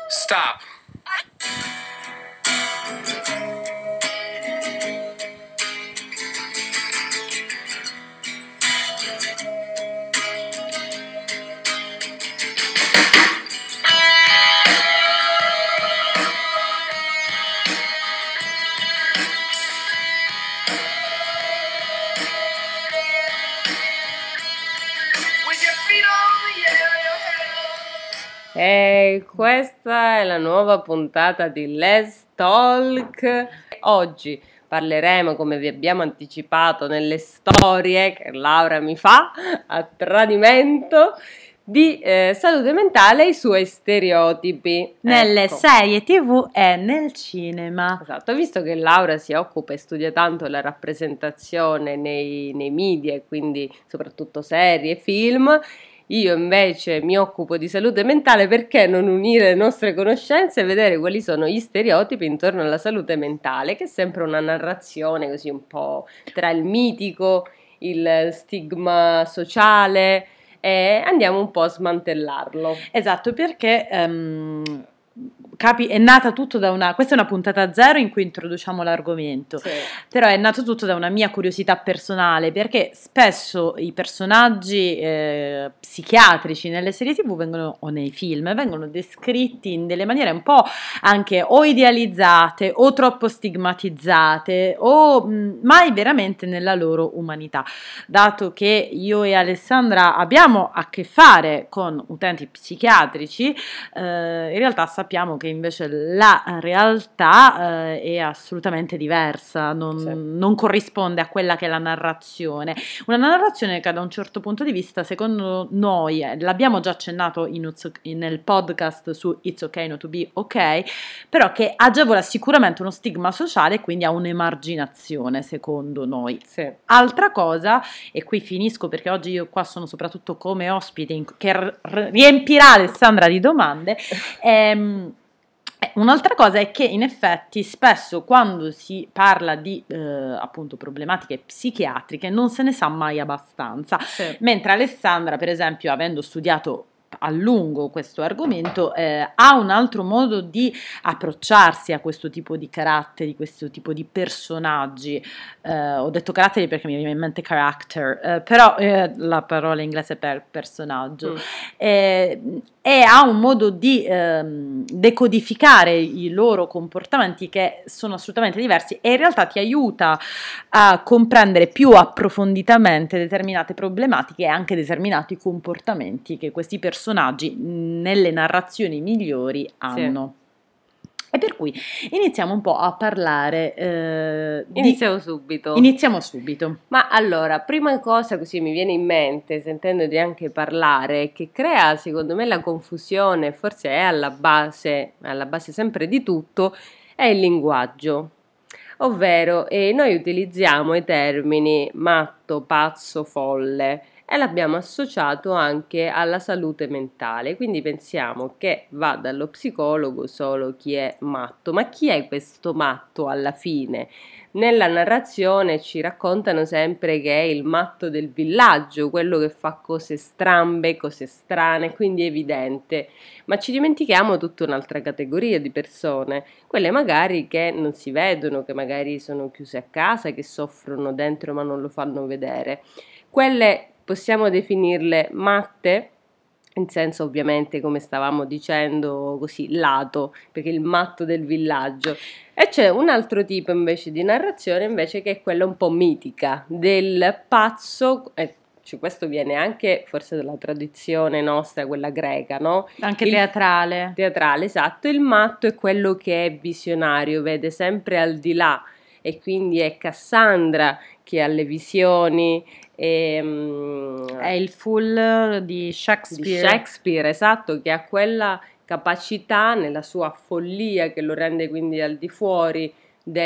Stop. E questa è la nuova puntata di Let's Talk. Oggi parleremo, come vi abbiamo anticipato nelle storie che Laura mi fa a tradimento, di salute mentale e i suoi stereotipi. Nelle Ecco. serie TV e nel cinema. Esatto, visto che Laura si occupa e studia tanto la rappresentazione nei media, e quindi soprattutto serie e film, io invece mi occupo di salute mentale. Perché non unire le nostre conoscenze e vedere quali sono gli stereotipi intorno alla salute mentale, che è sempre una narrazione così un po' tra il mitico, il stigma sociale, e andiamo un po' a smantellarlo. Esatto, perché è nata tutto da una... Questa è una puntata zero in cui introduciamo l'argomento, Sì. però è nato tutto da una mia curiosità personale, perché spesso i personaggi psichiatrici nelle serie TV o nei film vengono descritti in delle maniere un po' anche o idealizzate o troppo stigmatizzate o mai veramente nella loro umanità. Dato che io e Alessandra abbiamo a che fare con utenti psichiatrici, in realtà sappiamo che invece la realtà è assolutamente diversa, non corrisponde a quella che è la narrazione. Una narrazione che da un certo punto di vista, secondo noi, l'abbiamo già accennato nel podcast su It's Okay Not to Be Okay, però che agevola sicuramente uno stigma sociale e quindi ha un'emarginazione, secondo noi. Sì. Altra cosa, e qui finisco perché oggi io qua sono soprattutto come ospite che riempirà Alessandra di domande. Un'altra cosa è che in effetti spesso quando si parla di appunto problematiche psichiatriche non se ne sa mai abbastanza, Sì. mentre Alessandra, per esempio, avendo studiato a lungo questo argomento, ha un altro modo di approcciarsi a questo tipo di caratteri, questo tipo di personaggi. Ho detto caratteri perché mi viene in mente character, però la parola inglese per personaggio. E ha un modo di decodificare i loro comportamenti che sono assolutamente diversi e in realtà ti aiuta a comprendere più approfonditamente determinate problematiche e anche determinati comportamenti che questi personaggi nelle narrazioni migliori hanno. Sì. E per cui iniziamo un po' a parlare Iniziamo subito. Iniziamo subito. Ma allora, prima cosa così mi viene in mente, sentendoti anche parlare, che crea secondo me la confusione, forse è alla base sempre di tutto, è il linguaggio. Ovvero, noi utilizziamo i termini matto, pazzo, folle e l'abbiamo associato anche alla salute mentale, quindi pensiamo che va dallo psicologo solo chi è matto. Ma chi è questo matto alla fine? Nella narrazione ci raccontano sempre che è il matto del villaggio, quello che fa cose strambe, cose strane, quindi è evidente. Ma ci dimentichiamo tutta un'altra categoria di persone, quelle magari che non si vedono, che magari sono chiuse a casa, che soffrono dentro ma non lo fanno vedere. Quelle possiamo definirle matte, in senso ovviamente, come stavamo dicendo, così lato, perché il matto del villaggio. E c'è un altro tipo invece di narrazione invece che è quella un po' mitica, del pazzo, cioè questo viene anche forse dalla tradizione nostra, quella greca, no? Anche teatrale. Teatrale, esatto. Il matto è quello che è visionario, vede sempre al di là, e quindi è Cassandra che ha le visioni. È il Fool di Shakespeare. Di Shakespeare, esatto, che ha quella capacità nella sua follia che lo rende quindi al di fuori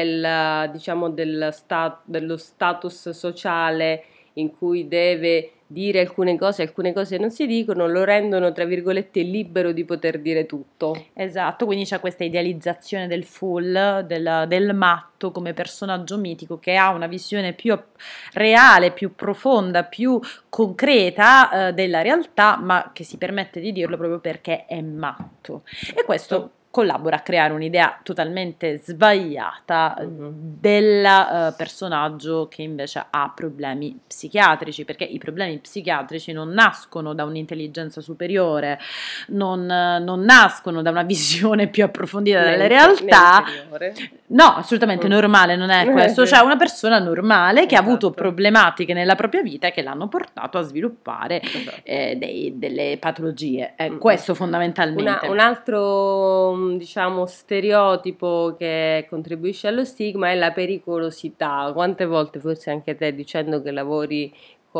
dello status sociale in cui deve dire alcune cose non si dicono, lo rendono, tra virgolette, libero di poter dire tutto. Esatto, quindi c'è questa idealizzazione del Fool, del matto come personaggio mitico che ha una visione più reale, più profonda, più concreta della realtà, ma che si permette di dirlo proprio perché è matto. E questo collabora a creare un'idea totalmente sbagliata del personaggio che invece ha problemi psichiatrici, perché i problemi psichiatrici non nascono da un'intelligenza superiore, non nascono da una visione più approfondita delle realtà. No, assolutamente normale non è questo, cioè una persona normale che ha avuto problematiche nella propria vita e che l'hanno portato a sviluppare delle patologie. Questo fondamentalmente. Un altro, diciamo, stereotipo che contribuisce allo stigma è la pericolosità. Quante volte, forse anche te, dicendo che lavori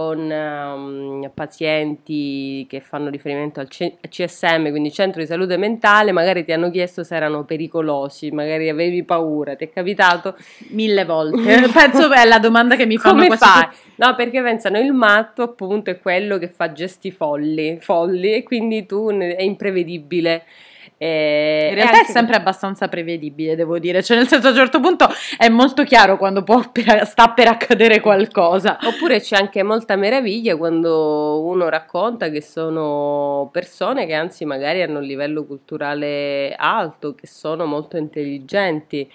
con pazienti che fanno riferimento al CSM, quindi Centro di Salute Mentale, magari ti hanno chiesto se erano pericolosi, magari avevi paura, ti è capitato? 1000 volte. Penso è la domanda che mi fanno come quasi fai? No, perché pensano il matto appunto è quello che fa gesti folli e quindi è imprevedibile. In realtà è sempre abbastanza prevedibile, devo dire, cioè nel senso a un certo punto è molto chiaro quando sta per accadere qualcosa. Oppure c'è anche molta meraviglia quando uno racconta che sono persone che anzi magari hanno un livello culturale alto, che sono molto intelligenti,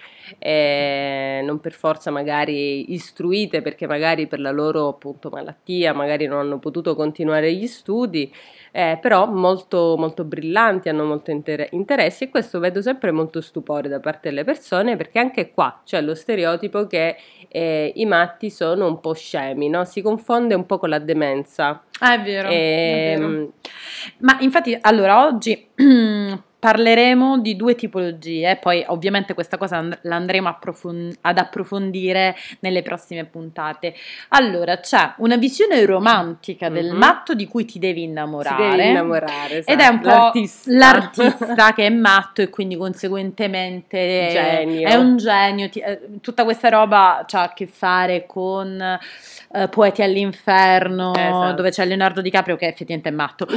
non per forza magari istruite perché magari per la loro appunto malattia magari non hanno potuto continuare gli studi. Però molto, molto brillanti, hanno molto interessi e questo vedo sempre molto stupore da parte delle persone perché anche qua c'è lo stereotipo che i matti sono un po' scemi, no? Si confonde un po' con la demenza. È vero, è vero. Ma infatti allora oggi parleremo di due tipologie, poi ovviamente questa cosa la andremo ad approfondire nelle prossime puntate. Allora, c'è una visione romantica del matto di cui ti devi innamorare. Si devi innamorare, esatto. Ed è un po' l'artista che è matto e quindi conseguentemente genio. È un genio. Tutta questa roba ha a che fare con Poeti all'inferno, esatto, dove c'è Leonardo DiCaprio che effettivamente è matto,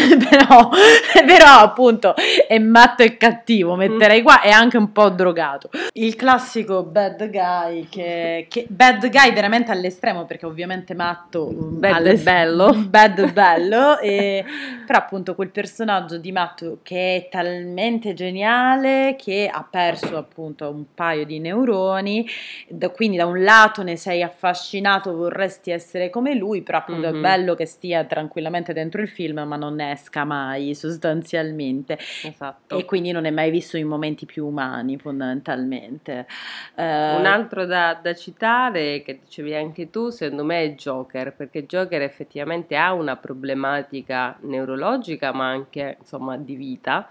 però appunto è matto e cattivo, metterei qua, è anche un po' drogato. Il classico bad guy che bad guy veramente all'estremo perché ovviamente matto bad è bello però appunto quel personaggio di matto che è talmente geniale che ha perso appunto un paio di neuroni, quindi da un lato ne sei affascinato, vorresti essere come lui, però appunto è bello che stia tranquillamente dentro il film ma non ne esca mai sostanzialmente. Esatto. E quindi non è mai visto in momenti più umani fondamentalmente. Un altro da citare che dicevi anche tu secondo me è Joker, perché Joker effettivamente ha una problematica neurologica ma anche insomma di vita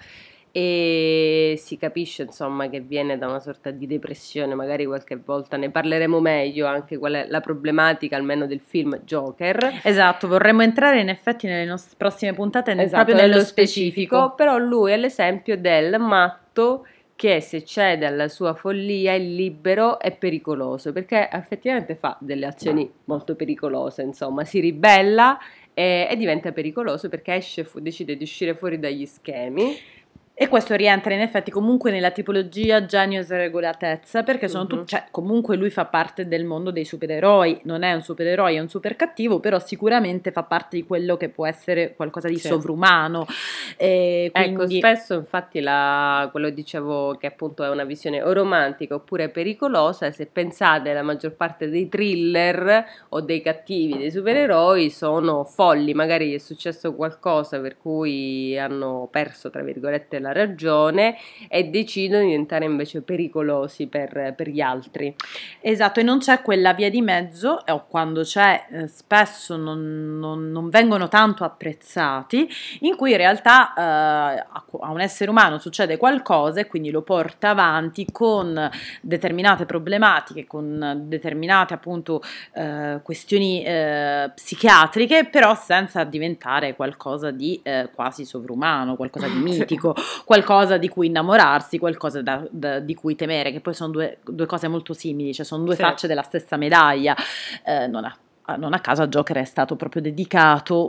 e si capisce insomma che viene da una sorta di depressione, magari qualche volta ne parleremo meglio anche qual è la problematica almeno del film Joker. Esatto, vorremmo entrare in effetti nelle nostre prossime puntate proprio nello specifico. Però lui è l'esempio del matto che se cede alla sua follia è libero e pericoloso, perché effettivamente fa delle azioni molto pericolose, insomma si ribella e diventa pericoloso perché decide di uscire fuori dagli schemi. E questo rientra in effetti comunque nella tipologia genio e regolatezza, perché sono cioè, comunque lui fa parte del mondo dei supereroi, non è un supereroe, è un super cattivo, però sicuramente fa parte di quello che può essere qualcosa di sovrumano. Quindi... Ecco, spesso infatti quello dicevo che appunto è una visione o romantica oppure pericolosa, se pensate la maggior parte dei thriller o dei cattivi, dei supereroi sono folli, magari è successo qualcosa per cui hanno perso tra virgolette la ragione e decidono di diventare invece pericolosi per gli altri. Esatto, e non c'è quella via di mezzo, o quando c'è spesso non vengono tanto apprezzati, in cui in realtà a un essere umano succede qualcosa e quindi lo porta avanti con determinate problematiche, con determinate appunto questioni psichiatriche, però senza diventare qualcosa di quasi sovrumano, qualcosa di mitico, qualcosa di cui innamorarsi, qualcosa di cui temere, che poi sono due cose molto simili, cioè sono due facce della stessa medaglia. Non ha non a caso a Joker è stato proprio dedicato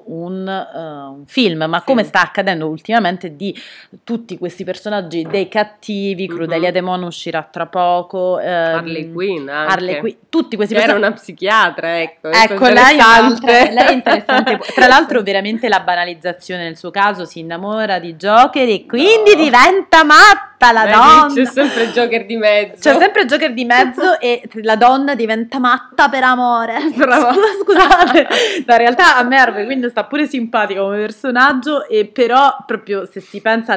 un film, ma come sta accadendo ultimamente di tutti questi personaggi dei cattivi, Crudelia De Mon uscirà tra poco, Harley Quinn anche. Harley Quinn, tutti questi Era una psichiatra, ecco lei è interessante. Tra l'altro veramente la banalizzazione nel suo caso, si innamora di Joker e quindi diventa matta la donna. C'è sempre Joker di mezzo. C'è sempre Joker di mezzo e la donna diventa matta per amore. Scusate, in realtà a me Harley Quinn sta pure simpatico come personaggio, e però proprio se si pensa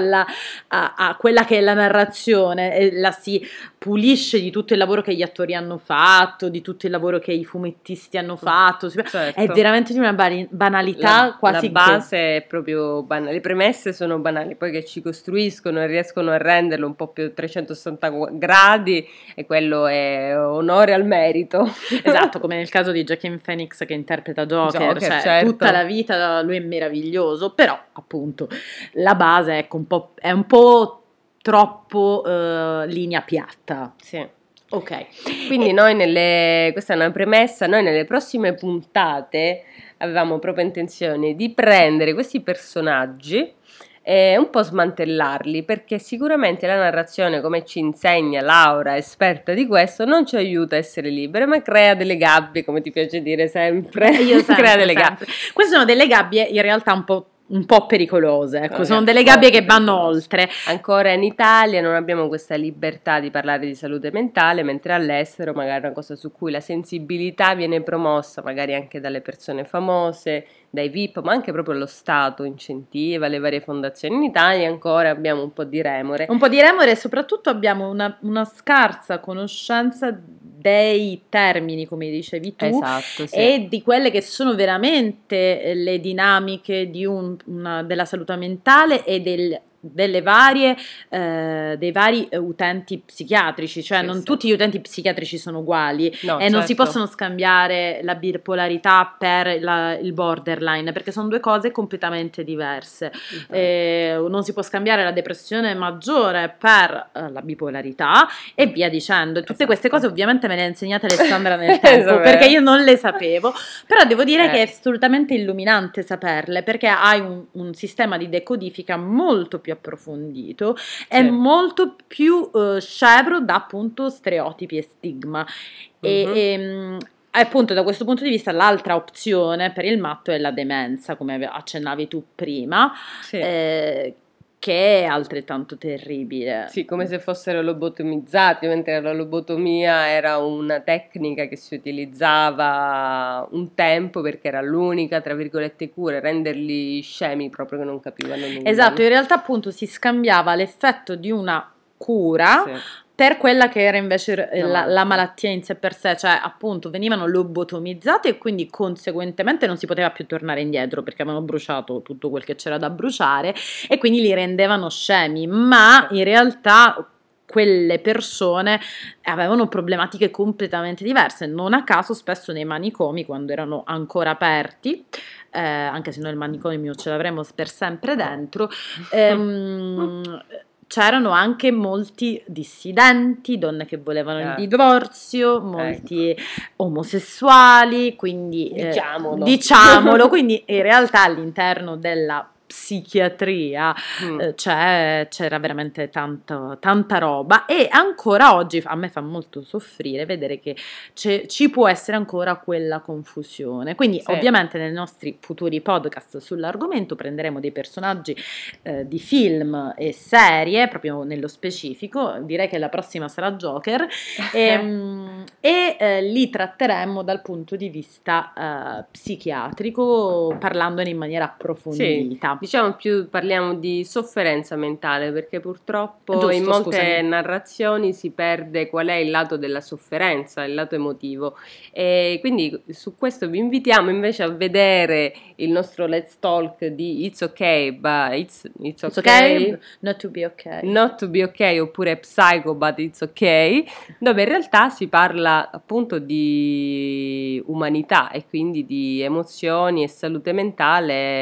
a quella che è la narrazione, la si pulisce di tutto il lavoro che gli attori hanno fatto, di tutto il lavoro che i fumettisti hanno fatto, è veramente di una banalità quasi. La base è proprio banale, le premesse sono banali, poi che ci costruiscono e riescono a renderlo un po' più 360 gradi, e quello è onore al merito. Esatto, come nel caso di Joaquin Phoenix che interpreta Joker, cioè tutta la vita lui è meraviglioso, però appunto la base, ecco, è un po' troppo linea piatta. Sì. Ok. Quindi questa è una premessa, noi nelle prossime puntate avevamo proprio intenzione di prendere questi personaggi e un po' smantellarli, perché sicuramente la narrazione, come ci insegna Laura, esperta di questo, non ci aiuta a essere libere, ma crea delle gabbie, come ti piace dire sempre. Io sempre, crea delle gabbie. Queste sono delle gabbie in realtà un po' pericolose, ecco, sono delle gabbie che vanno oltre. Ancora in Italia non abbiamo questa libertà di parlare di salute mentale, mentre all'estero magari è una cosa su cui la sensibilità viene promossa, magari anche dalle persone famose, dai VIP, ma anche proprio lo Stato incentiva le varie fondazioni. In Italia ancora abbiamo un po' di remore. E soprattutto abbiamo una scarsa conoscenza dei termini, come dicevi tu, esatto, sì. E di quelle che sono veramente le dinamiche della salute mentale e dei vari utenti psichiatrici, cioè non tutti gli utenti psichiatrici sono uguali, non si possono scambiare la bipolarità per il borderline, perché sono due cose completamente diverse. Non si può scambiare la depressione maggiore per la bipolarità e via dicendo. Tutte queste cose ovviamente me le ha insegnate Alessandra nel tempo, perché io non le sapevo, però devo dire che è assolutamente illuminante saperle, perché hai un sistema di decodifica molto più approfondito, è molto più scevro da appunto stereotipi e stigma. E appunto da questo punto di vista l'altra opzione per il matto è la demenza, come accennavi tu prima, che è altrettanto terribile. Sì, come se fossero lobotomizzati, mentre la lobotomia era una tecnica che si utilizzava un tempo perché era l'unica, tra virgolette, cura, renderli scemi proprio che non capivano nulla. Esatto, in realtà appunto si scambiava l'effetto di una cura per quella che era invece la malattia in sé per sé, cioè appunto venivano lobotomizzate e quindi conseguentemente non si poteva più tornare indietro perché avevano bruciato tutto quel che c'era da bruciare e quindi li rendevano scemi, ma in realtà quelle persone avevano problematiche completamente diverse, non a caso spesso nei manicomi, quando erano ancora aperti, anche se noi il manicomio ce l'avremo per sempre dentro, c'erano anche molti dissidenti, donne che volevano il divorzio, molti omosessuali, quindi diciamolo, quindi in realtà all'interno della psichiatria c'era veramente tanta roba, e ancora oggi a me fa molto soffrire vedere che ci può essere ancora quella confusione, quindi ovviamente nei nostri futuri podcast sull'argomento prenderemo dei personaggi di film e serie proprio nello specifico, direi che la prossima sarà Joker e li tratteremo dal punto di vista psichiatrico, parlandone in maniera approfondita. Diciamo parliamo di sofferenza mentale, perché purtroppo in molte narrazioni si perde qual è il lato della sofferenza, il lato emotivo, e quindi su questo vi invitiamo invece a vedere il nostro Let's Talk di It's Okay, but it's okay, not to be okay. Not to be okay, oppure Psycho but it's okay, dove in realtà si parla appunto di umanità e quindi di emozioni e salute mentale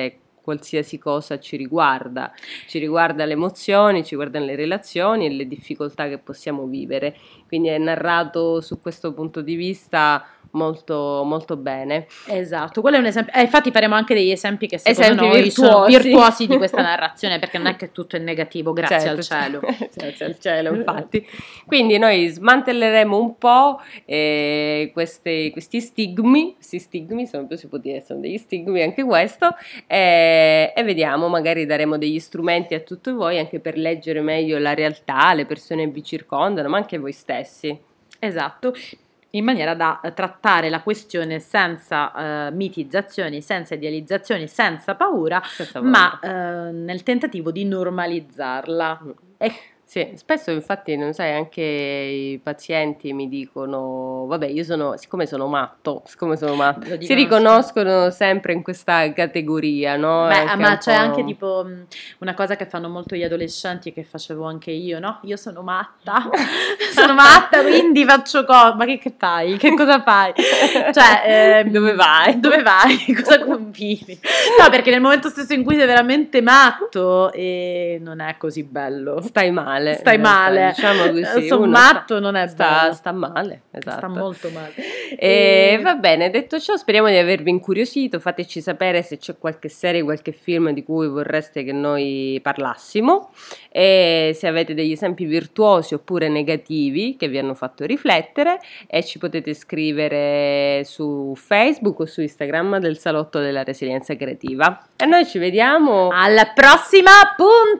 qualsiasi cosa ci riguarda le emozioni, ci riguardano le relazioni e le difficoltà che possiamo vivere, quindi è narrato su questo punto di vista molto, molto bene. Esatto, quello è un esempio. Infatti faremo anche degli esempi che secondo Esempi noi sono virtuosi. virtuosi di questa narrazione, perché non è che tutto è negativo, grazie al cielo. Grazie al cielo, infatti. Quindi noi smantelleremo un po' questi stigmi, si può dire, sono degli stigmi anche questo, e vediamo, magari daremo degli strumenti a tutti voi anche per leggere meglio la realtà, le persone che vi circondano, ma anche voi stessi. Esatto, in maniera da trattare la questione senza mitizzazioni, senza idealizzazioni, senza paura, ma nel tentativo di normalizzarla. Sì, spesso infatti, non sai, anche i pazienti mi dicono, vabbè, siccome sono matto, si riconoscono sempre in questa categoria, no? Beh, ma c'è anche tipo una cosa che fanno molto gli adolescenti, che facevo anche io, no? Io sono matta, quindi faccio cosa? Ma che fai? Che cosa fai? Cioè, dove vai? Dove vai? Cosa combini? No, perché nel momento stesso in cui sei veramente matto non è così bello. Stai male. Diciamo così. Sono matto, non è bello. Sta male, esatto. Sta molto male. E va bene, detto ciò, speriamo di avervi incuriosito. Fateci sapere se c'è qualche serie, qualche film di cui vorreste che noi parlassimo, e se avete degli esempi virtuosi oppure negativi che vi hanno fatto riflettere, e ci potete scrivere su Facebook o su Instagram del Salotto della Resilienza Creativa. E noi ci vediamo alla prossima puntata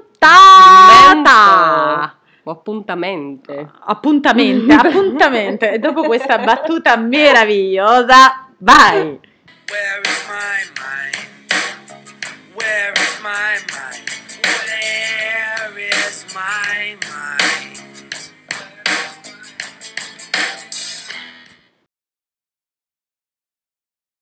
o appuntamento. Appuntamento. E dopo questa battuta meravigliosa, vai! Where is my mind? Where is my mind? Where is my mind?